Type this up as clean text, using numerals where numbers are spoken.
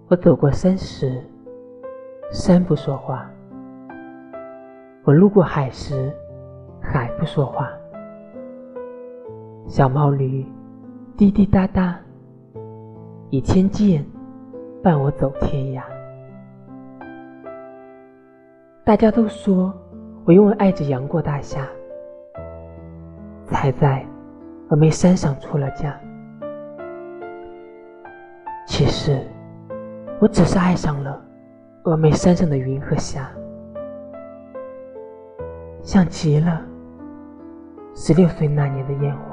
我走过山时，山不说话；我路过海时，海不说话。小毛驴滴滴答答，以千箭伴我走天涯。大家都说我永远爱着杨过大侠，才在峨眉山上出了家。其实我只是爱上了峨眉山上的云和霞，像极了16岁那年的烟火。